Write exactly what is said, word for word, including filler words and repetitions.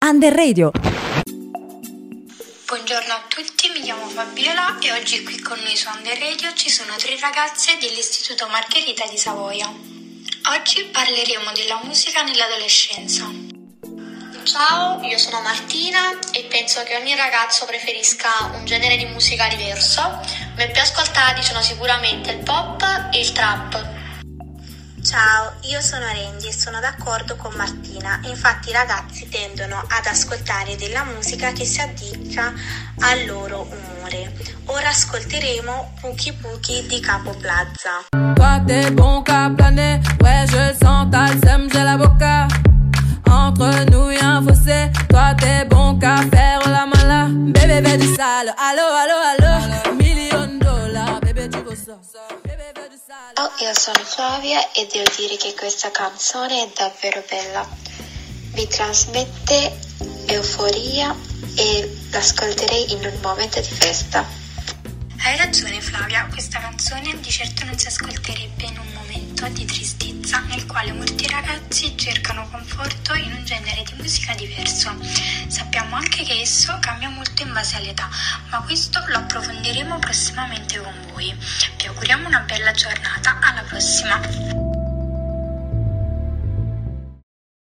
Under Radio. Buongiorno a tutti, mi chiamo Fabiola e oggi qui con noi su Under Radio ci sono tre ragazze dell'Istituto Margherita di Savoia. Oggi parleremo della musica nell'adolescenza. Ciao, io sono Martina e penso che ogni ragazzo preferisca un genere di musica diverso, ma i più ascoltati sono sicuramente il pop e il trap. Ciao, io sono Randy e sono d'accordo con Martina. Infatti i ragazzi tendono ad ascoltare della musica che si addica al loro umore. Ora ascolteremo Puki Puki di Capo Plaza. Toi t'es bon qu'à planer, ouais je le sens, t'as le seum, j'ai la boca. Entre nous y'a un fossé, toi t'es bon qu'à faire la mala. Bébé bébé du sale, allo allo allo, million dollar, bébé tu veux ça. Ciao, io sono Flavia e devo dire che questa canzone è davvero bella. Vi trasmette euforia e l'ascolterei in un momento di festa. Hai ragione Flavia, questa canzone di certo non si ascolterebbe in un momento di tristezza nel quale molti ragazzi cercano conforto in un genere di musica diverso. Sappiamo anche che esso cambia molto in base all'età, ma questo lo approfondiremo prossimamente con voi. Vi auguriamo una bella giornata, alla prossima!